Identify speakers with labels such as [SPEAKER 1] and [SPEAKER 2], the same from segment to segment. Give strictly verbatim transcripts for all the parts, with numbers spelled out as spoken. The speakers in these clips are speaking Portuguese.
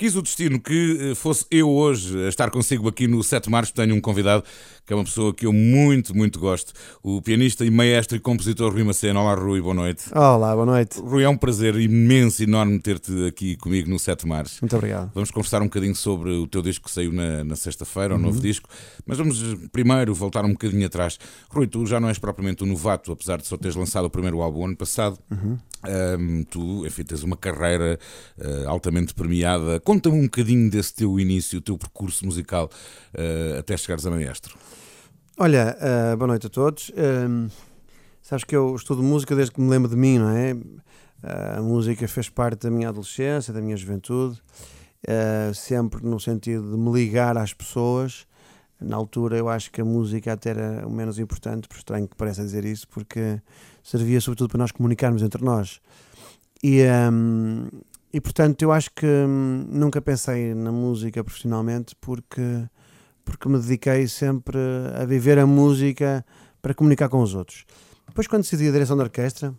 [SPEAKER 1] Quis o destino que fosse eu hoje a estar consigo aqui no Sete Mares. Tenho um convidado que é uma pessoa que eu muito, muito gosto. O pianista e maestro e compositor Rui Macena. Olá, Rui, boa noite.
[SPEAKER 2] Olá, boa noite.
[SPEAKER 1] Rui, é um prazer imenso, enorme ter-te aqui comigo no Sete Mares.
[SPEAKER 2] Muito obrigado.
[SPEAKER 1] Vamos conversar um bocadinho sobre o teu disco que saiu na, na sexta-feira, o uhum. novo disco. Mas vamos primeiro voltar um bocadinho atrás. Rui, tu já não és propriamente um novato, apesar de só teres lançado o primeiro álbum ano passado. Uhum. Um, tu, enfim, tens uma carreira uh, altamente premiada. Conta-me um bocadinho desse teu início, o teu percurso musical uh, até chegares a maestro.
[SPEAKER 2] Olha, uh, boa noite a todos. Uh, sabes que eu estudo música desde que me lembro de mim, não é? Uh, a música fez parte da minha adolescência, da minha juventude, uh, sempre no sentido de me ligar às pessoas. Na altura eu acho que a música até era o menos importante, por estranho que pareça dizer isso, porque servia sobretudo para nós comunicarmos entre nós. E, um, e portanto eu acho que um, nunca pensei na música profissionalmente, porque, porque me dediquei sempre a viver a música para comunicar com os outros. Depois, quando decidi a direção da orquestra,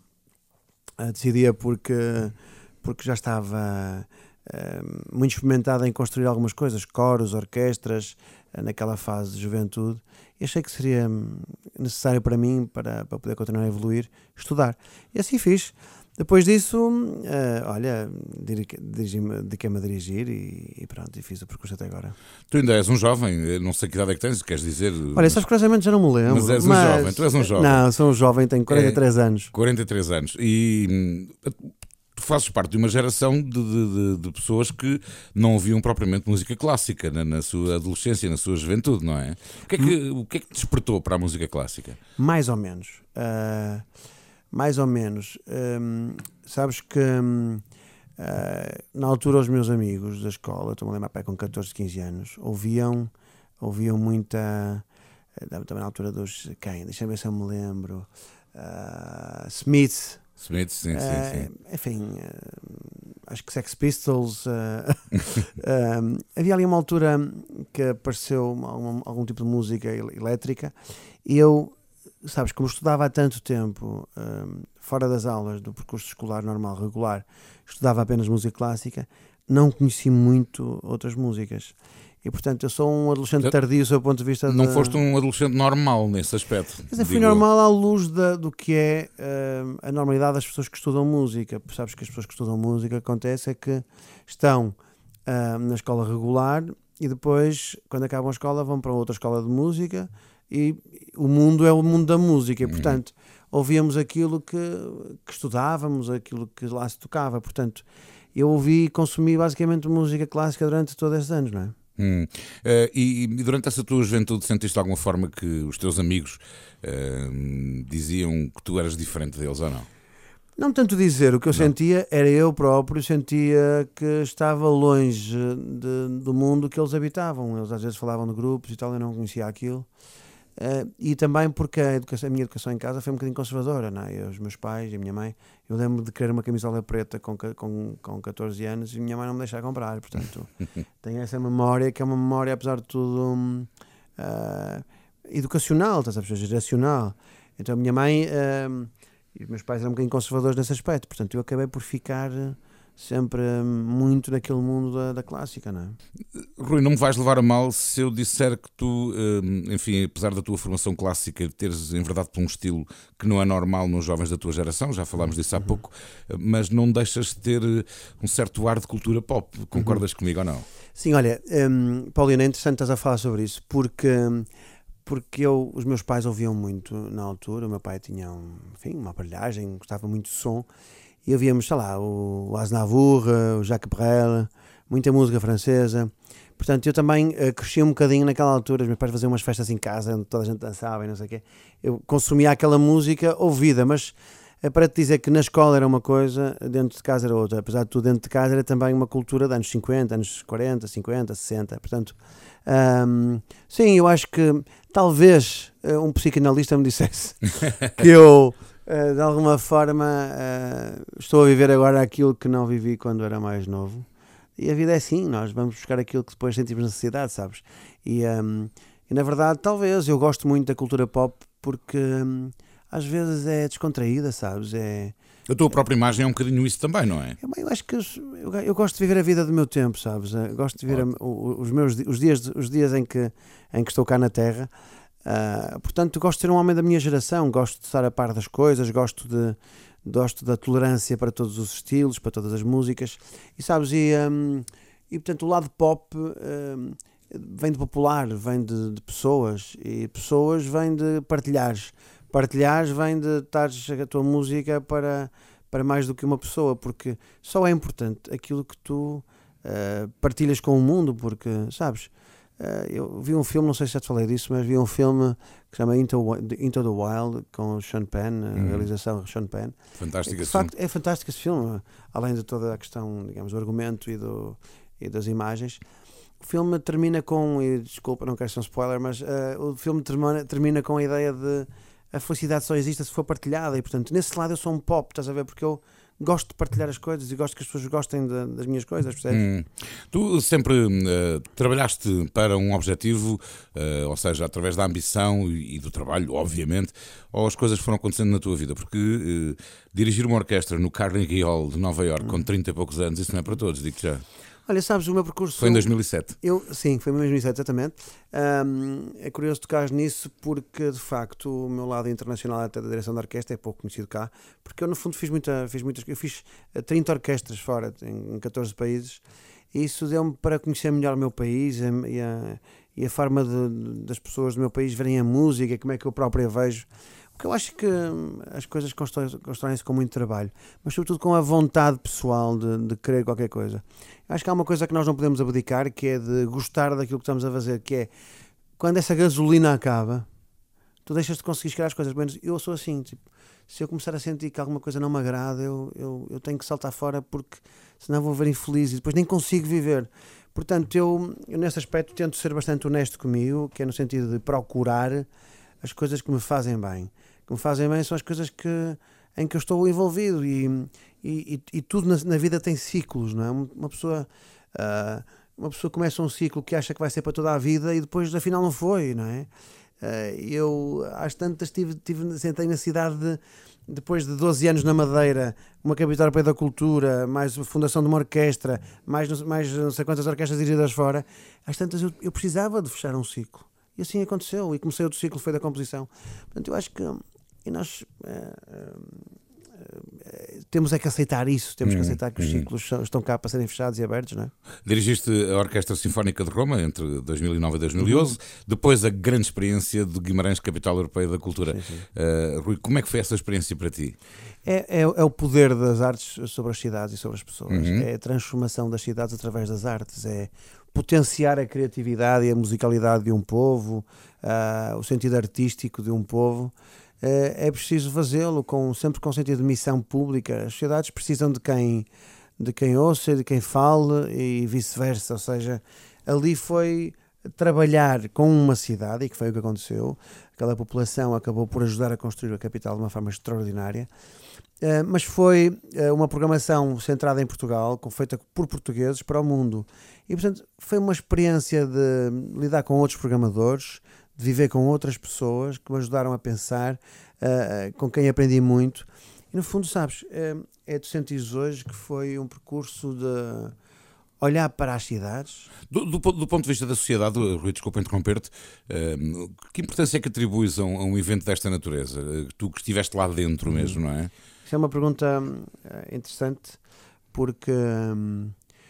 [SPEAKER 2] decidia porque, porque já estava uh, muito experimentado em construir algumas coisas, coros, orquestras, naquela fase de juventude, e achei que seria necessário para mim, para, para poder continuar a evoluir, estudar. E assim fiz. Depois disso, uh, olha, dirigi-me, dediquei-me a dirigir e, e pronto, e fiz o percurso até agora.
[SPEAKER 1] Tu ainda és um jovem, não sei que idade é que tens, queres dizer...
[SPEAKER 2] Olha, sabes que curiosamente já não me lembro.
[SPEAKER 1] Mas és um
[SPEAKER 2] mas...
[SPEAKER 1] jovem, tu és um jovem.
[SPEAKER 2] Não, sou um jovem, tenho quarenta e três
[SPEAKER 1] é,
[SPEAKER 2] anos.
[SPEAKER 1] quarenta e três anos. E... tu fazes parte de uma geração de, de, de pessoas que não ouviam propriamente música clássica na, na sua adolescência, na sua juventude, não é? O que é que, o que, é que te despertou para a música clássica?
[SPEAKER 2] Mais ou menos. Uh, mais ou menos. Um, sabes que um, uh, na altura os meus amigos da escola, estou-me a lembrar, pai, com catorze, quinze anos, ouviam, ouviam muita... Uh, também na altura dos... Quem? Deixa-me ver se eu me lembro. Uh, Smith...
[SPEAKER 1] Smith, sim, sim, sim.
[SPEAKER 2] Uh, enfim, uh, acho que Sex Pistols. Uh, uh, havia ali uma altura que apareceu algum, algum tipo de música elétrica e eu, sabes, como estudava há tanto tempo, uh, fora das aulas do percurso escolar normal, regular, estudava apenas música clássica, não conheci muito outras músicas. E, portanto, eu sou um adolescente tardio, sob o ponto de vista de...
[SPEAKER 1] Não foste um adolescente normal nesse aspecto.
[SPEAKER 2] Quer dizer, fui normal à luz da, do que é uh, a normalidade das pessoas que estudam música. Sabes que as pessoas que estudam música, acontece é que estão uh, na escola regular e depois, quando acabam a escola, vão para outra escola de música e o mundo é o mundo da música. E, portanto, ouvíamos aquilo que, que estudávamos, aquilo que lá se tocava. Portanto, eu ouvi e consumi basicamente música clássica durante todos esses anos, não é?
[SPEAKER 1] Hum. Uh, e, e durante essa tua juventude sentiste de alguma forma que os teus amigos uh, diziam que tu eras diferente deles ou não?
[SPEAKER 2] Não tanto dizer, o que eu
[SPEAKER 1] não.
[SPEAKER 2] sentia era eu próprio, sentia que estava longe de, do mundo que eles habitavam. Eles às vezes falavam de grupos e tal, eu não conhecia aquilo. Uh, e também porque a, educação, a minha educação em casa foi um bocadinho conservadora, não é? Eu, os meus pais e a minha mãe, eu lembro de querer uma camisola preta com, com, com catorze anos e a minha mãe não me deixava comprar, portanto tenho essa memória que é uma memória, apesar de tudo, uh, educacional, estás a perceber, geracional. Então a minha mãe uh, e os meus pais eram um bocadinho conservadores nesse aspecto, portanto eu acabei por ficar sempre muito naquele mundo da, da clássica, não é?
[SPEAKER 1] Rui, não me vais levar a mal se eu disser que tu, enfim, apesar da tua formação clássica, teres enverdado por um estilo que não é normal nos jovens da tua geração, já falámos disso há uhum. pouco, mas não deixas de ter um certo ar de cultura pop. Concordas uhum. comigo ou não?
[SPEAKER 2] Sim, olha, um, Paulina, é interessante estás a falar sobre isso, porque... porque eu, os meus pais ouviam muito na altura. O meu pai tinha um, enfim, uma aparelhagem, gostava muito de som, e ouvíamos, sei lá, o, o Aznavour, o Jacques Brel, muita música francesa. Portanto, eu também uh, cresci um bocadinho naquela altura. Os meus pais faziam umas festas em casa onde toda a gente dançava e não sei o quê. Eu consumia aquela música ouvida, mas é para te dizer que na escola era uma coisa, dentro de casa era outra. Apesar de tudo, dentro de casa era também uma cultura de anos cinquenta, anos quarenta, cinquenta, sessenta. Portanto, um, sim, eu acho que talvez uh, um psicanalista me dissesse que eu, uh, de alguma forma, uh, estou a viver agora aquilo que não vivi quando era mais novo. E a vida é assim, nós vamos buscar aquilo que depois sentimos necessidade, sabes? E, um, e na verdade, talvez, eu gosto muito da cultura pop porque... Um, às vezes é descontraída, sabes? É,
[SPEAKER 1] A tua própria imagem é um bocadinho isso também, não é?
[SPEAKER 2] Eu, eu acho que eu, eu, eu gosto de viver a vida do meu tempo, sabes? Eu gosto de viver a, os meus os dias, os dias em, que, em que estou cá na Terra. Uh, portanto, gosto de ser um homem da minha geração, gosto de estar a par das coisas, gosto de gosto da tolerância para todos os estilos, para todas as músicas. E sabes, e, um, e portanto o lado pop um, vem de popular, vem de, de pessoas, e pessoas vêm de partilhares. Partilhares vem de estares a tua música para, para mais do que uma pessoa, porque só é importante aquilo que tu uh, partilhas com o mundo, porque, sabes, uh, eu vi um filme, não sei se já te falei disso, mas vi um filme que se chama Into, Into the Wild, com o Sean Penn, a hum. realização de Sean Penn.
[SPEAKER 1] Fantástico.
[SPEAKER 2] De facto, é fantástico esse filme, além de toda a questão, digamos, do argumento e, do, e das imagens. O filme termina com, e desculpa, não quero ser um spoiler, mas uh, o filme termina, termina com a ideia de a felicidade só existe se for partilhada, e portanto nesse lado eu sou um pop, estás a ver, porque eu gosto de partilhar as coisas e gosto que as pessoas gostem de, das minhas coisas, percebes?
[SPEAKER 1] Hum. Tu sempre uh, trabalhaste para um objetivo, uh, ou seja, através da ambição e, e do trabalho, obviamente, ou as coisas foram acontecendo na tua vida? Porque uh, dirigir uma orquestra no Carnegie Hall de Nova Iorque hum. com trinta e poucos anos, isso não é para todos, digo-te já.
[SPEAKER 2] Olha, sabes, o meu percurso...
[SPEAKER 1] Foi em dois mil e sete.
[SPEAKER 2] Eu, sim, foi em dois mil e sete, exatamente. Um, é curioso tocar nisso porque, de facto, o meu lado internacional até da direção da orquestra é pouco conhecido cá, porque eu, no fundo, fiz, muita, fiz muitas... Eu fiz trinta orquestras fora, em catorze países, e isso deu-me para conhecer melhor o meu país e a, e a forma de, das pessoas do meu país verem a música, como é que eu próprio a vejo. Porque eu acho que as coisas constroem-se com muito trabalho, mas sobretudo com a vontade pessoal de, de querer qualquer coisa. Eu acho que há uma coisa que nós não podemos abdicar, que é de gostar daquilo que estamos a fazer, que é, quando essa gasolina acaba, tu deixas de conseguir chegar às coisas. Menos eu sou assim, tipo, se eu começar a sentir que alguma coisa não me agrada, eu, eu, eu tenho que saltar fora, porque senão vou ver infeliz e depois nem consigo viver. Portanto, eu, eu nesse aspecto tento ser bastante honesto comigo, que é no sentido de procurar as coisas que me fazem bem. Que me fazem bem são as coisas que, em que eu estou envolvido, e, e, e, e tudo na, na vida tem ciclos, não é? Uma pessoa, uh, uma pessoa começa um ciclo que acha que vai ser para toda a vida e depois afinal não foi, não é? Uh, eu às tantas tive, tive, sentei na cidade de, depois de doze anos na Madeira, uma capital europeia da cultura, mais a fundação de uma orquestra, mais, mais não sei quantas orquestras dirigidas fora, às tantas eu, eu precisava de fechar um ciclo. E assim aconteceu, e comecei outro ciclo, foi da composição. Portanto, eu acho que e nós é, é, temos é que aceitar isso, temos hum, que aceitar que os hum. ciclos estão cá para serem fechados e abertos, não é?
[SPEAKER 1] Dirigiste a Orquestra Sinfónica de Roma entre dois mil e nove e dois mil e onze, uhum. depois a grande experiência de Guimarães, capital europeia da cultura. Sim, sim. Uh, Rui, como é que foi essa experiência para ti?
[SPEAKER 2] É, é, é o poder das artes sobre as cidades e sobre as pessoas, uhum. é a transformação das cidades através das artes, é potenciar a criatividade e a musicalidade de um povo, uh, o sentido artístico de um povo. Uh, é preciso fazê-lo com, sempre com sentido de missão pública. As sociedades precisam de quem, de quem ouça, de quem fale e vice-versa. Ou seja, ali foi trabalhar com uma cidade, e que foi o que aconteceu. Aquela população acabou por ajudar a construir a capital de uma forma extraordinária. Uh, mas foi uh, uma programação centrada em Portugal, feita por portugueses para o mundo. E, portanto, foi uma experiência de lidar com outros programadores, de viver com outras pessoas que me ajudaram a pensar, uh, com quem aprendi muito. E, no fundo, sabes, uh, é tu sentires hoje que foi um percurso de olhar para as cidades.
[SPEAKER 1] Do, do, do ponto de vista da sociedade, Rui, desculpa interromper-te, uh, que importância é que atribuis a um, a um evento desta natureza? Uh, tu que estiveste lá dentro uhum. mesmo, não é?
[SPEAKER 2] Isso é uma pergunta uh, interessante, porque... Um,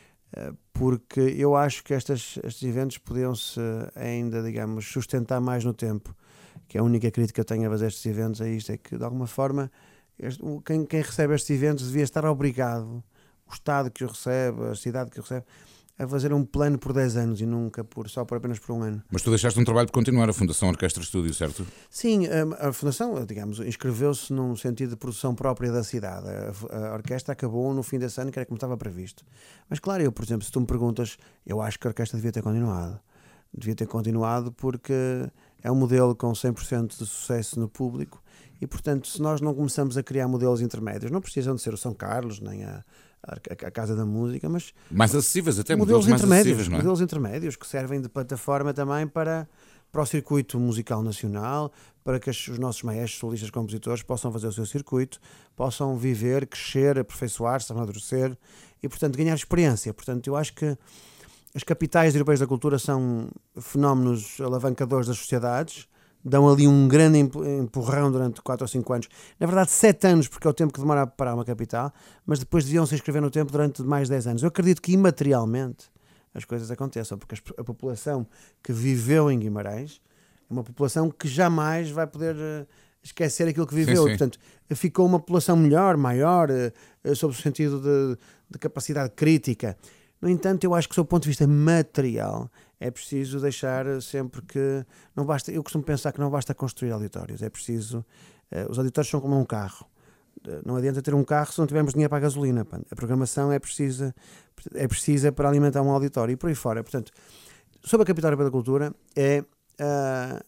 [SPEAKER 2] porque eu acho que estas, estes eventos podiam-se ainda, digamos, sustentar mais no tempo, que é a única crítica que eu tenho a fazer a estes eventos é isto, é que de alguma forma este, quem, quem recebe estes eventos devia estar obrigado, o Estado que os recebe, a cidade que os recebe, a fazer um plano por dez anos e nunca por, só por apenas por um ano.
[SPEAKER 1] Mas tu deixaste um trabalho de continuar, a Fundação Orquestra Estúdio, certo?
[SPEAKER 2] Sim, a, a Fundação, digamos, inscreveu-se num sentido de produção própria da cidade. A, a orquestra acabou no fim desse ano, que era como estava previsto. Mas claro, eu, por exemplo, se tu me perguntas, eu acho que a orquestra devia ter continuado. Devia ter continuado porque é um modelo com cem por cento de sucesso no público e, portanto, se nós não começamos a criar modelos intermédios, não precisam de ser o São Carlos, nem a a Casa da Música, mas
[SPEAKER 1] mais acessíveis, até
[SPEAKER 2] modelos,
[SPEAKER 1] modelos
[SPEAKER 2] intermédios,
[SPEAKER 1] mais acessíveis, não é?
[SPEAKER 2] Modelos intermédios que servem de plataforma também para, para o circuito musical nacional, para que os nossos maestros, solistas, compositores possam fazer o seu circuito, possam viver, crescer, aperfeiçoar-se, amadurecer e, portanto, ganhar experiência. Portanto, eu acho que as capitais europeias da cultura são fenómenos alavancadores das sociedades, dão ali um grande empurrão durante quatro ou cinco anos, na verdade sete anos, porque é o tempo que demora a preparar uma capital, mas depois deviam se inscrever no tempo durante mais de dez anos. Eu acredito que imaterialmente as coisas aconteçam, porque a população que viveu em Guimarães é uma população que jamais vai poder esquecer aquilo que viveu. Sim, sim. Portanto, ficou uma população melhor, maior, sob o sentido de, de capacidade crítica. No entanto, eu acho que, sob o ponto de vista material, é preciso deixar sempre que não basta. Eu costumo pensar que não basta construir auditórios, é preciso. Uh, os auditórios são como um carro. Uh, não adianta ter um carro se não tivermos dinheiro para a gasolina. Pá. A programação é precisa, é precisa para alimentar um auditório e por aí fora. Portanto, sobre a Capital Europeia da Cultura, é, uh,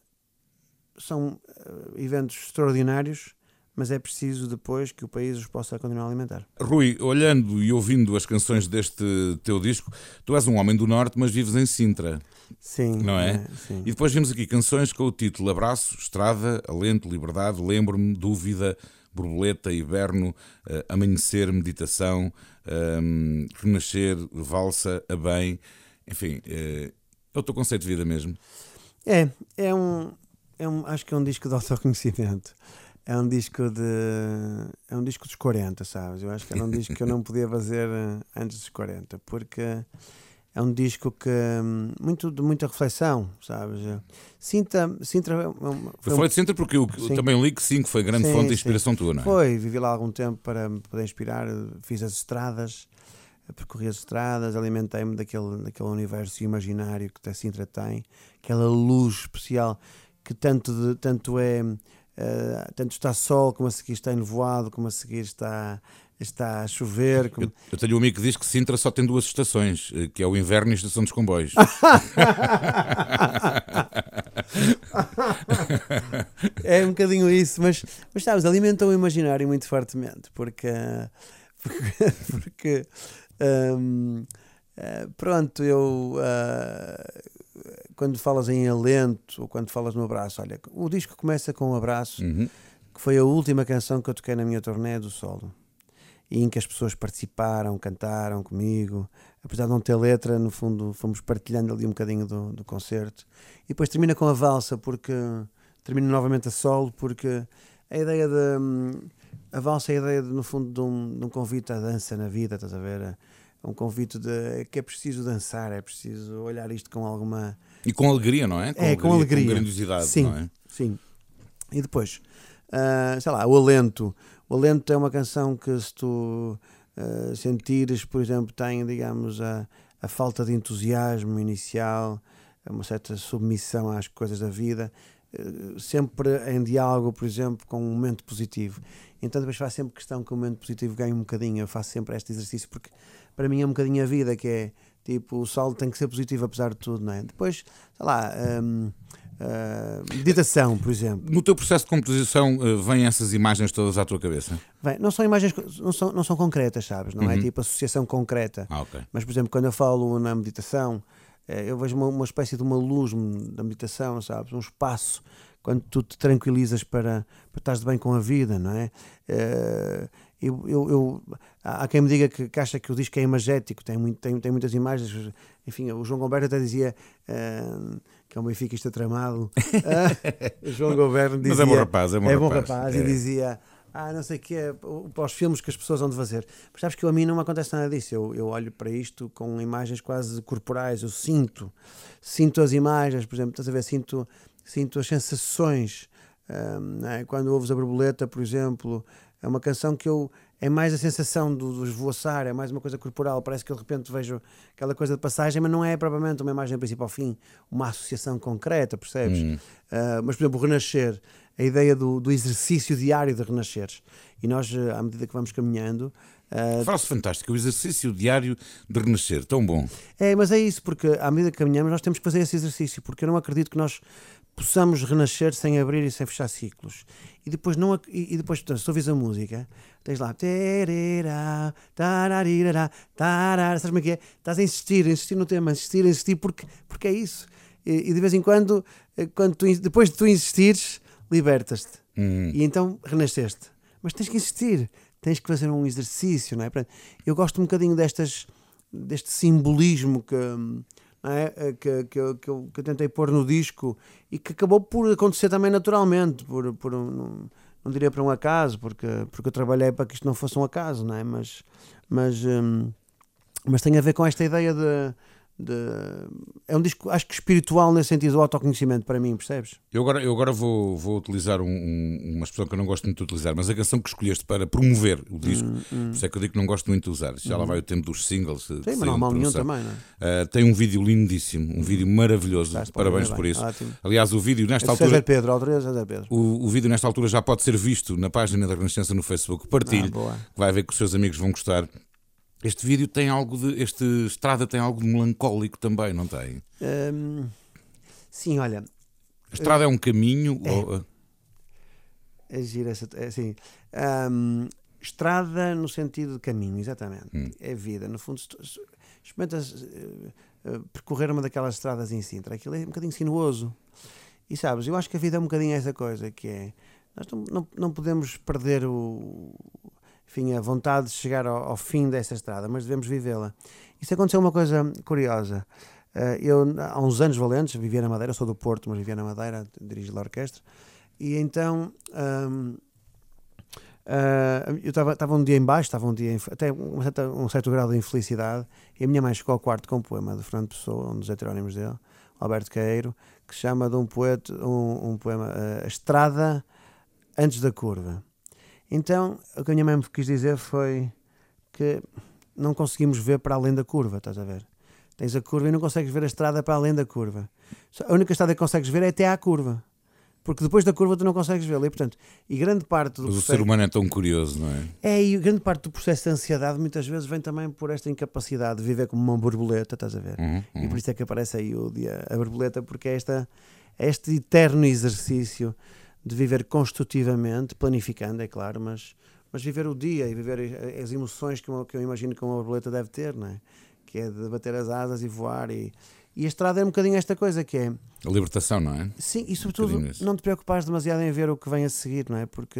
[SPEAKER 2] são uh, eventos extraordinários, mas é preciso depois que o país os possa continuar a alimentar.
[SPEAKER 1] Rui, olhando e ouvindo as canções deste teu disco, tu és um homem do Norte, mas vives em Sintra.
[SPEAKER 2] Sim.
[SPEAKER 1] Não é?
[SPEAKER 2] é sim.
[SPEAKER 1] E depois vimos aqui canções com o título Abraço, Estrada, Alento, Liberdade, Lembro-me, Dúvida, Borboleta, Hiberno, uh, Amanhecer, Meditação, um, Renascer, Valsa, A Bem. Enfim, uh, é o teu conceito de vida mesmo?
[SPEAKER 2] É, é um, é um, acho que é um disco de autoconhecimento. É um disco de é um disco dos quarenta, sabes? Eu acho que era um disco que eu não podia fazer antes dos quarenta, porque é um disco que muito de muita reflexão, sabes? Sintra, Sintra é uma,
[SPEAKER 1] foi eu falei de Sintra porque eu sim. também li que sim, que foi grande sim, fonte de inspiração sim. tua, não é?
[SPEAKER 2] Foi, vivi lá algum tempo para me poder inspirar, fiz as estradas, percorri as estradas, alimentei-me daquele, daquele universo imaginário que a Sintra tem, aquela luz especial que tanto, de, tanto é Uh, tanto está sol, como a seguir está enevoado, como a seguir está, está a chover. Como...
[SPEAKER 1] Eu, eu tenho um amigo que diz que Sintra só tem duas estações, que é o inverno e a estação dos comboios.
[SPEAKER 2] É um bocadinho isso, mas, mas sabes, alimenta o imaginário muito fortemente, porque, porque, porque um, uh, pronto, eu... Uh, quando falas em alento ou quando falas no abraço, olha, o disco começa com um abraço, uhum. que foi a última canção que eu toquei na minha turnê do solo, e em que as pessoas participaram, cantaram comigo, apesar de não ter letra, no fundo fomos partilhando ali um bocadinho do, do concerto, e depois termina com a valsa, porque termina novamente a solo, porque a ideia de a valsa é a ideia de, no fundo de um, de um convite à dança na vida, estás a ver? Um convite de que é preciso dançar, é preciso olhar isto com alguma...
[SPEAKER 1] E com alegria, não é? Com
[SPEAKER 2] é,
[SPEAKER 1] alegria,
[SPEAKER 2] com alegria.
[SPEAKER 1] Com grandiosidade,
[SPEAKER 2] sim,
[SPEAKER 1] não é?
[SPEAKER 2] Sim. E depois, uh, sei lá, o Alento. O Alento é uma canção que se tu uh, sentires, por exemplo, tem, digamos, a, a falta de entusiasmo inicial, uma certa submissão às coisas da vida, uh, sempre em diálogo, por exemplo, com um momento positivo. Então depois faço sempre questão que o momento positivo ganhe um bocadinho, eu faço sempre este exercício, porque para mim é um bocadinho a vida, que é tipo, o saldo tem que ser positivo apesar de tudo, não é? Depois, sei lá, um, uh, meditação, por exemplo.
[SPEAKER 1] No teu processo de composição, uh, vêm essas imagens todas à tua cabeça?
[SPEAKER 2] Bem, não são imagens, não são, não são concretas, sabes? Não uhum. é tipo associação concreta.
[SPEAKER 1] Ah, okay.
[SPEAKER 2] Mas, por exemplo, quando eu falo na meditação, eu vejo uma, uma espécie de uma luz da meditação, sabes? Um espaço, quando tu te tranquilizas para, para estares bem com a vida, não é? Uh, Eu, eu, eu, há quem me diga que, que acha que o disco é imagético, tem, muito, tem, tem muitas imagens. Enfim, o João Gilberto até dizia uh, que é um benfiquista tramado. Uh, o João Gilberto dizia...
[SPEAKER 1] Mas é bom rapaz, é bom
[SPEAKER 2] é
[SPEAKER 1] rapaz.
[SPEAKER 2] Bom rapaz é. E dizia, ah, não sei o que é, para os filmes que as pessoas vão de fazer. Mas sabes que a mim não me acontece nada disso. Eu, eu olho para isto com imagens quase corporais, eu sinto, sinto as imagens, por exemplo, estás a ver, sinto, sinto as sensações. Um, é? Quando ouves a Borboleta, por exemplo, é uma canção que eu... É mais a sensação do, do esvoaçar, é mais uma coisa corporal. Parece que eu de repente vejo aquela coisa de passagem, mas não é propriamente uma imagem do princípio ao fim, uma associação concreta, percebes? Hum. Uh, mas, por exemplo, o renascer, a ideia do, do exercício diário de renasceres. E nós, à medida que vamos caminhando...
[SPEAKER 1] Uh, Frase fantástica, o exercício diário de renascer, tão bom.
[SPEAKER 2] É, mas é isso, porque à medida que caminhamos nós temos que fazer esse exercício, porque eu não acredito que nós possamos renascer sem abrir e sem fechar ciclos. E depois, não, e, e depois portanto, se tu ouvis a música, tens lá, sabes como é que é? Estás a insistir, a insistir no tema, a insistir, a insistir, porque, porque é isso. E, e de vez em quando, quando tu, depois de tu insistires, libertas-te
[SPEAKER 1] Hum.
[SPEAKER 2] e então renasceste. Mas tens que insistir, tens que fazer um exercício, não é? Portanto, eu gosto um bocadinho destas, deste simbolismo que, não é? que, que, eu, que, eu, que eu tentei pôr no disco e que acabou por acontecer também naturalmente, por, por um, não, não diria por um acaso, porque, porque eu trabalhei para que isto não fosse um acaso, não é? Mas, mas, hum, mas tem a ver com esta ideia de... De, é um disco, acho que espiritual nesse sentido do autoconhecimento para mim, percebes?
[SPEAKER 1] Eu agora, eu agora vou, vou utilizar um, um, uma expressão que eu não gosto muito de utilizar, mas a canção que escolheste para promover o disco, hum, hum. por isso é que eu digo que não gosto muito de usar. Já hum. lá vai o tempo dos singles.
[SPEAKER 2] Sim, mas não há mal nenhum também, não
[SPEAKER 1] é? Uh, tem um vídeo lindíssimo, um vídeo maravilhoso. Estás Parabéns por isso. Ótimo. Aliás, o vídeo nesta é altura.
[SPEAKER 2] César Pedro, altura César Pedro.
[SPEAKER 1] O, o vídeo nesta altura já pode ser visto na página da Renascença no Facebook. Partilhe, ah, que vai ver que os seus amigos vão gostar. Este vídeo tem algo de. Este Estrada tem algo de melancólico também, não tem?
[SPEAKER 2] Hum, sim, olha.
[SPEAKER 1] A Estrada é um caminho.
[SPEAKER 2] É,
[SPEAKER 1] ou...
[SPEAKER 2] é gira essa. É, assim, hum, estrada no sentido de caminho, exatamente. Hum. É vida. No fundo, experimentas uh, uh, percorrer uma daquelas estradas em Sintra. Aquilo é um bocadinho sinuoso. E sabes, eu acho que a vida é um bocadinho essa coisa que é. Nós não, não, não podemos perder o. Enfim, a vontade de chegar ao, ao fim dessa estrada, mas devemos vivê-la. Isso aconteceu uma coisa curiosa. Uh, eu, há uns anos valentes, vivia na Madeira, sou do Porto, mas vivia na Madeira, dirijo a orquestra, e então um, uh, eu estava um dia em baixo, estava um dia em, até um certo, um certo grau de infelicidade, e a minha mãe chegou ao quarto com um poema de Fernando Pessoa, um dos heterónimos dele, Alberto Queiro, que se chama de um poeta, um, um poema, uh, A Estrada Antes da Curva. Então, o que a minha mãe me quis dizer foi que não conseguimos ver para além da curva, estás a ver? Tens a curva e não consegues ver a estrada para além da curva. A única estrada que consegues ver é até à curva. Porque depois da curva tu não consegues vê-la. E, portanto, e grande parte do
[SPEAKER 1] Mas
[SPEAKER 2] processo...
[SPEAKER 1] o ser humano é tão curioso, não é?
[SPEAKER 2] É, e grande parte do processo de ansiedade muitas vezes vem também por esta incapacidade de viver como uma borboleta, estás a ver?
[SPEAKER 1] Uhum, uhum.
[SPEAKER 2] E por isso é que aparece aí o dia, a borboleta, porque é esta, este eterno exercício de viver construtivamente, planificando, é claro, mas, mas viver o dia e viver as emoções que eu, que eu imagino que uma borboleta deve ter, não é? Que é de bater as asas e voar. E, e a estrada é um bocadinho esta coisa que é...
[SPEAKER 1] A libertação, não é?
[SPEAKER 2] Sim, e sobretudo um não te preocupares demasiado em ver o que vem a seguir, não é? Porque,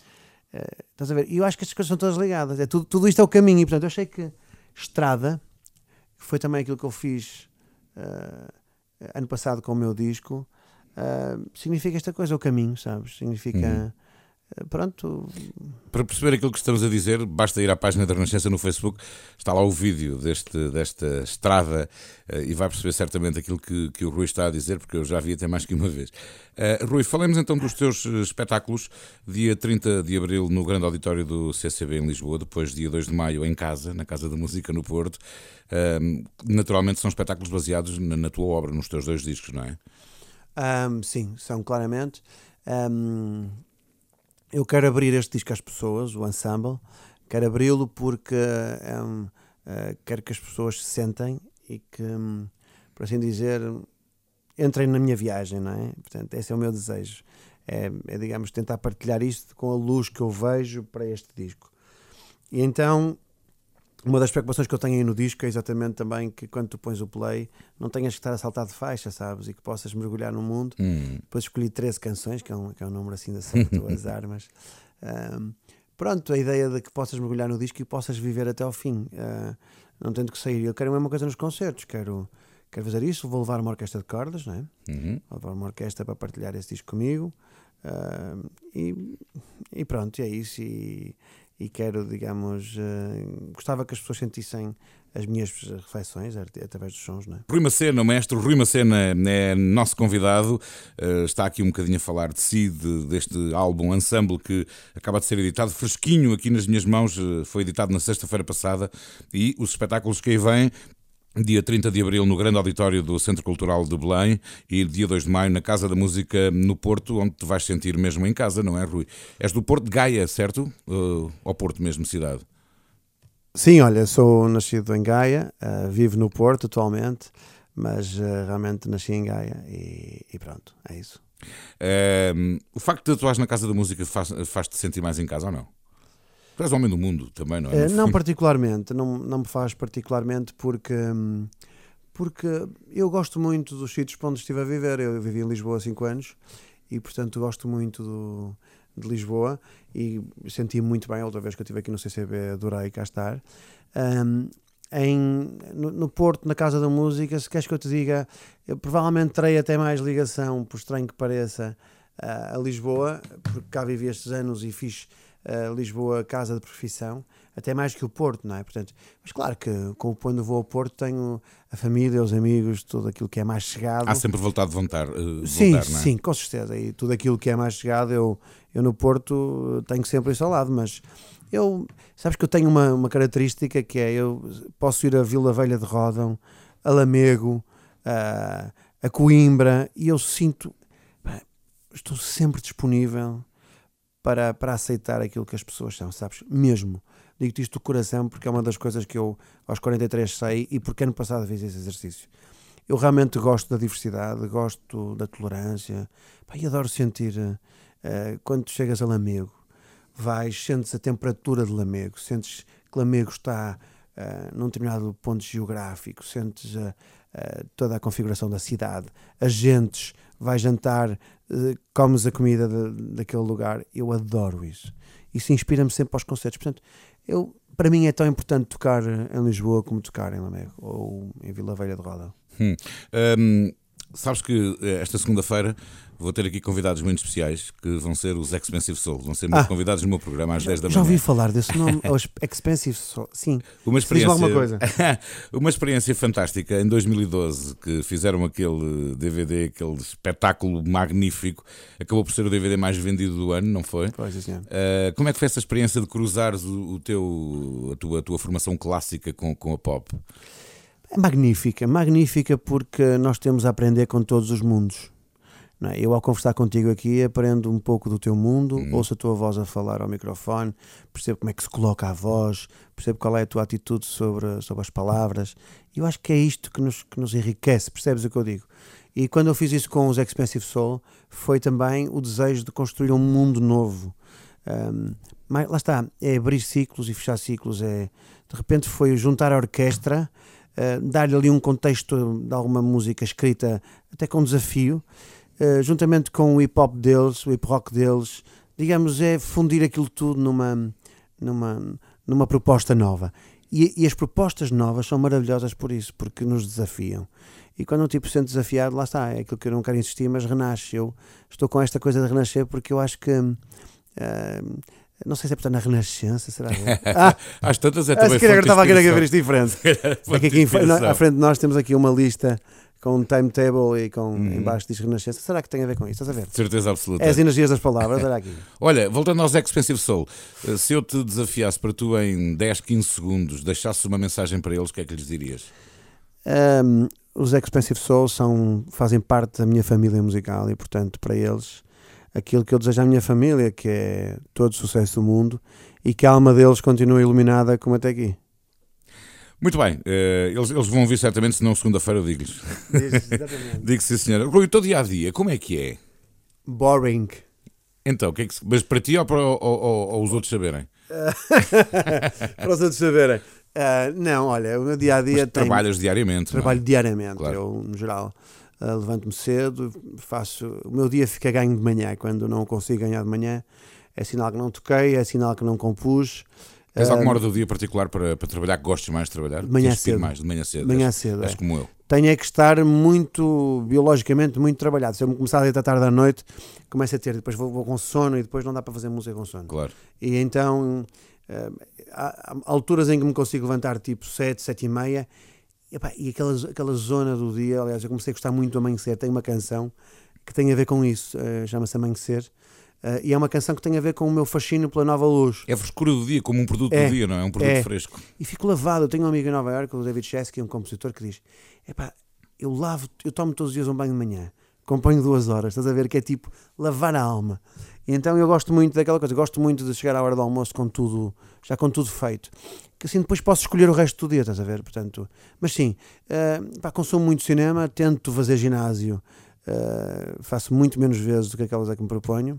[SPEAKER 2] é, estás a ver, e eu acho que estas coisas são todas ligadas, é, tudo, tudo isto é o caminho, e portanto eu achei que estrada, que foi também aquilo que eu fiz uh, ano passado com o meu disco, Uh, significa esta coisa, o caminho, sabes? Significa, uhum. uh, pronto...
[SPEAKER 1] Para perceber aquilo que estamos a dizer, basta ir à página da Renascença no Facebook, está lá o vídeo deste, desta estrada uh, e vai perceber certamente aquilo que, que o Rui está a dizer, porque eu já vi até mais que uma vez. Uh, Rui, falemos então dos teus espetáculos, dia trinta de abril no grande auditório do C C B em Lisboa, depois dia dois de maio em casa, na Casa da Música no Porto. Uh, naturalmente são espetáculos baseados na, na tua obra, nos teus dois discos, não é?
[SPEAKER 2] Um, sim, são claramente. Um, eu quero abrir este disco às pessoas, o ensemble, quero abri-lo porque um, uh, quero que as pessoas se sentem e que, um, por assim dizer, entrem na minha viagem, não é? Portanto, esse é o meu desejo. É, é, digamos, tentar partilhar isto com a luz que eu vejo para este disco. E então, uma das preocupações que eu tenho aí no disco é exatamente também que quando tu pões o play não tenhas que estar a saltar de faixa, sabes? E que possas mergulhar no mundo. Hum. Depois escolhi treze canções, que é um, que é um número assim de acerto ao azar, mas um, pronto, a ideia de que possas mergulhar no disco e possas viver até ao fim, uh, não tendo que sair. Eu quero a mesma coisa nos concertos, quero, quero fazer isso, vou levar uma orquestra de cordas, não é? Uhum. Vou levar uma orquestra para partilhar esse disco comigo, uh, e, e pronto, é isso. E, e quero, digamos, uh, gostava que as pessoas sentissem as minhas reflexões através dos sons, não é?
[SPEAKER 1] Rui Macena, o maestro Rui Macena é nosso convidado, uh, está aqui um bocadinho a falar de si, de, deste álbum Ensemble que acaba de ser editado, fresquinho aqui nas minhas mãos, uh, foi editado na sexta-feira passada, e os espetáculos que aí vêm, dia trinta de abril no grande auditório do Centro Cultural de Belém e dia dois de maio na Casa da Música no Porto, onde te vais sentir mesmo em casa, não é, Rui? És do Porto de Gaia, certo? Uh, ou Porto mesmo, cidade?
[SPEAKER 2] Sim, olha, sou nascido em Gaia, uh, vivo no Porto atualmente, mas uh, realmente nasci em Gaia e, e pronto, é isso.
[SPEAKER 1] Uh, o facto de atuares na Casa da Música faz, faz-te sentir mais em casa ou não? Tu és homem do mundo também, não é?
[SPEAKER 2] Uh, não particularmente, não, não me faz particularmente porque, porque eu gosto muito dos sítios para onde estive a viver. Eu vivi em Lisboa há cinco anos e portanto gosto muito do, de Lisboa e senti muito bem a outra vez que eu estive aqui no C C B, adorei cá estar. Um, em, no, no Porto, na Casa da Música, se queres que eu te diga, eu provavelmente terei até mais ligação, por estranho que pareça, a, a Lisboa, porque cá vivi estes anos e fiz uh, Lisboa casa de profissão, até mais que o Porto, não é? Portanto, mas claro que com quando vou ao Porto tenho a família, os amigos, tudo aquilo que é mais chegado.
[SPEAKER 1] Há sempre vontade de voltar, uh,
[SPEAKER 2] sim,
[SPEAKER 1] voltar, não é?
[SPEAKER 2] Sim, com certeza, e tudo aquilo que é mais chegado, eu, eu no Porto tenho sempre isso ao lado, mas eu, sabes que eu tenho uma, uma característica que é, eu posso ir a Vila Velha de Ródão, a Lamego, a, a Coimbra, e eu sinto, pá, estou sempre disponível para, para aceitar aquilo que as pessoas são, sabes? Mesmo. Digo-te isto do coração porque é uma das coisas que eu aos quarenta e três sei e porque ano passado fiz esse exercício. Eu realmente gosto da diversidade, gosto da tolerância, pá, e adoro sentir, uh, quando chegas a Lamego, vais, sentes a temperatura de Lamego, sentes que Lamego está uh, num determinado ponto geográfico, sentes uh, uh, toda a configuração da cidade, as gentes, vais jantar, uh, comes a comida de, daquele lugar. Eu adoro isso. Isso inspira-me sempre para os concertos. Portanto, eu, para mim é tão importante tocar em Lisboa como tocar em Lamego ou em Vila Velha de Ródão.
[SPEAKER 1] Hum. Um, sabes que esta segunda-feira vou ter aqui convidados muito especiais que vão ser os Expensive Soul. Vão ser meus ah, convidados no meu programa às
[SPEAKER 2] já,
[SPEAKER 1] dez da manhã.
[SPEAKER 2] Já ouvi falar desse nome, os Expensive Soul. Sim,
[SPEAKER 1] uma experiência,
[SPEAKER 2] alguma coisa.
[SPEAKER 1] uma experiência fantástica. Em dois mil e doze, que fizeram aquele D V D, aquele espetáculo magnífico. Acabou por ser o D V D mais vendido do ano, não foi?
[SPEAKER 2] Pois, sim.
[SPEAKER 1] Uh, como é que foi essa experiência de cruzares o, o teu, a, tua, a tua formação clássica com, com a pop?
[SPEAKER 2] É magnífica, magnífica porque nós temos a aprender com todos os mundos. Não é? Eu ao conversar contigo aqui aprendo um pouco do teu mundo, hum. ouço a tua voz a falar ao microfone, percebo como é que se coloca a voz, percebo qual é a tua atitude sobre, sobre as palavras. E eu acho que é isto que nos, que nos enriquece, percebes o que eu digo? E quando eu fiz isso com os Expensive Soul, foi também o desejo de construir um mundo novo. Um, mas, lá está, é abrir ciclos e fechar ciclos, é, de repente foi juntar a orquestra, Uh, dar-lhe ali um contexto de alguma música escrita até com desafio, uh, juntamente com o hip-hop deles, o hip-rock deles, digamos, é fundir aquilo tudo numa, numa, numa proposta nova. E, e as propostas novas são maravilhosas por isso, porque nos desafiam. E quando um tipo se sente desafiado, lá está, é aquilo que eu não quero insistir, mas renasce. Eu estou com esta coisa de renascer porque eu acho que... Uh, não sei se é portanto na Renascença, será?
[SPEAKER 1] Ah, às tantas é também.
[SPEAKER 2] Se calhar estava a querer ver isto diferente. É que aqui em, à frente de nós temos aqui uma lista com um timetable e com hum. em baixo diz Renascença. Será que tem a ver com isso? Estás a ver?
[SPEAKER 1] Certeza absoluta.
[SPEAKER 2] É as energias das palavras, olha aqui.
[SPEAKER 1] Olha, voltando aos Expensive Soul, se eu te desafiasse para tu em dez, quinze segundos deixasses uma mensagem para eles, o que é que lhes dirias?
[SPEAKER 2] Um, os Expensive Soul são, fazem parte da minha família musical e, portanto, para eles, aquilo que eu desejo à minha família, que é todo o sucesso do mundo e que a alma deles continue iluminada como até aqui.
[SPEAKER 1] Muito bem, uh, eles, eles vão ouvir certamente, senão segunda-feira eu digo-lhes. Digo sim, senhora. Rui, o teu dia a dia, como é que é?
[SPEAKER 2] Boring.
[SPEAKER 1] Então, o que é que, mas para ti ou para ou, ou, ou os outros saberem?
[SPEAKER 2] Para os outros saberem. Uh, não, olha, o meu dia a dia tem.
[SPEAKER 1] Trabalhas diariamente?
[SPEAKER 2] Trabalho
[SPEAKER 1] não é?
[SPEAKER 2] diariamente,
[SPEAKER 1] claro.
[SPEAKER 2] Eu, no geral. Uh, levanto-me cedo, faço, o meu dia fica ganho de manhã. Quando não consigo ganhar de manhã é sinal que não toquei, é sinal que não compus.
[SPEAKER 1] Tens alguma hora do dia particular para, para trabalhar que gostes mais de trabalhar?
[SPEAKER 2] De manhã cedo.
[SPEAKER 1] Mais, de manhã cedo.
[SPEAKER 2] De manhã
[SPEAKER 1] és,
[SPEAKER 2] cedo,
[SPEAKER 1] és
[SPEAKER 2] é.
[SPEAKER 1] como eu.
[SPEAKER 2] Tenho é que estar muito, biologicamente, muito trabalhado. Se eu me começar a deitar tarde à noite, começo a ter, depois vou, vou com sono e depois não dá para fazer música com sono.
[SPEAKER 1] Claro.
[SPEAKER 2] E então uh, há, há alturas em que me consigo levantar tipo sete, sete e meia. E, epá, e aquela, aquela zona do dia, aliás, eu comecei a gostar muito do Amanhecer. Tem uma canção que tem a ver com isso, uh, chama-se Amanhecer, uh, e é uma canção que tem a ver com o meu fascínio pela nova luz.
[SPEAKER 1] É a frescura do dia, como um produto
[SPEAKER 2] é,
[SPEAKER 1] do dia, não é? É um produto
[SPEAKER 2] é.
[SPEAKER 1] fresco.
[SPEAKER 2] E fico lavado. Eu tenho um amigo em Nova Iorque, o David Chesky, um compositor, que diz: epá, eu lavo, eu tomo todos os dias um banho de manhã, acompanho duas horas, estás a ver, que é tipo lavar a alma. E então eu gosto muito daquela coisa, gosto muito de chegar à hora do almoço com tudo, já com tudo feito, que assim depois posso escolher o resto do dia, estás a ver, portanto, mas sim, uh, pá, consumo muito cinema, tento fazer ginásio, uh, faço muito menos vezes do que aquelas a que me proponho,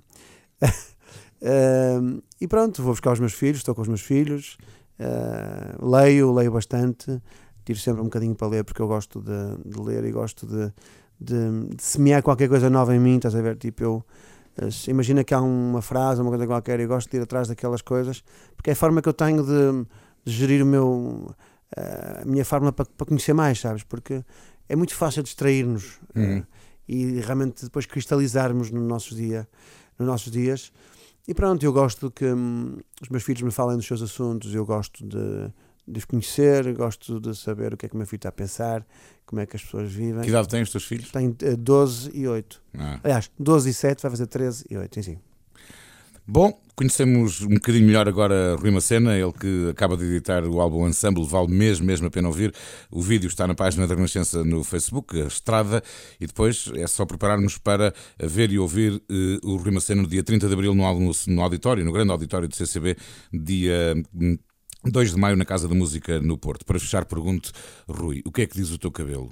[SPEAKER 2] uh, e pronto, vou buscar os meus filhos, estou com os meus filhos, uh, leio, leio bastante, tiro sempre um bocadinho para ler porque eu gosto de, de ler e gosto de, de, de semear qualquer coisa nova em mim, estás a ver? Tipo, eu imagina que há uma frase, uma coisa qualquer, e eu gosto de ir atrás daquelas coisas, porque é a forma que eu tenho de, de gerir o meu, a minha forma para, para conhecer mais, sabes? Porque é muito fácil distrair-nos
[SPEAKER 1] uhum.
[SPEAKER 2] uh, e realmente depois cristalizarmos no nossos, dia, nos nossos dias. E pronto, eu gosto que hum, os meus filhos me falem dos seus assuntos, eu gosto de, de os conhecer, gosto de saber o que é que o meu filho está a pensar, como é que as pessoas vivem.
[SPEAKER 1] Que idade têm os teus filhos?
[SPEAKER 2] Tenho uh, doze e oito.
[SPEAKER 1] Ah.
[SPEAKER 2] Aliás, doze e sete, vai fazer treze e oito, sim, sim.
[SPEAKER 1] Bom, conhecemos um bocadinho melhor agora Rui Macena, ele que acaba de editar o álbum Ensemble, vale mesmo, mesmo a pena ouvir. O vídeo está na página da Renascença no Facebook, a Estrada, e depois é só prepararmos para ver e ouvir uh, o Rui Macena no dia trinta de abril no, no auditório, no grande auditório do C C B, dia dois de maio na Casa da Música no Porto. Para fechar, pergunto, Rui, o que é que diz o teu cabelo?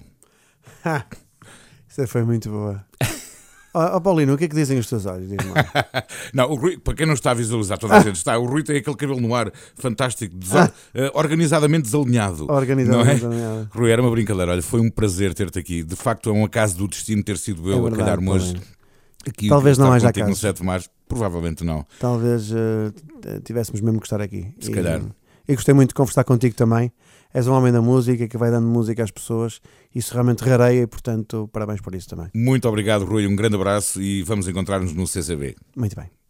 [SPEAKER 2] Isso foi muito boa. Ó oh, Paulino, o que é que dizem os teus olhos?
[SPEAKER 1] Não, o Rui, para quem não está a visualizar, toda a gente está, o Rui tem aquele cabelo no ar fantástico, desor- ah. uh, organizadamente desalinhado.
[SPEAKER 2] Organizadamente não é? desalinhado.
[SPEAKER 1] Rui, era uma brincadeira, olha, foi um prazer ter-te aqui. De facto, é um acaso do destino ter sido eu é verdade, a calhar-me hoje. Aqui,
[SPEAKER 2] talvez não haja acaso.
[SPEAKER 1] No sete mais, provavelmente não.
[SPEAKER 2] Talvez uh, tivéssemos mesmo que estar aqui.
[SPEAKER 1] Se
[SPEAKER 2] e,
[SPEAKER 1] calhar.
[SPEAKER 2] E gostei muito de conversar contigo também. És um homem da música que vai dando música às pessoas. Isso realmente rareia e, portanto, parabéns por isso também.
[SPEAKER 1] Muito obrigado, Rui. Um grande abraço e vamos encontrar-nos no C C B.
[SPEAKER 2] Muito bem.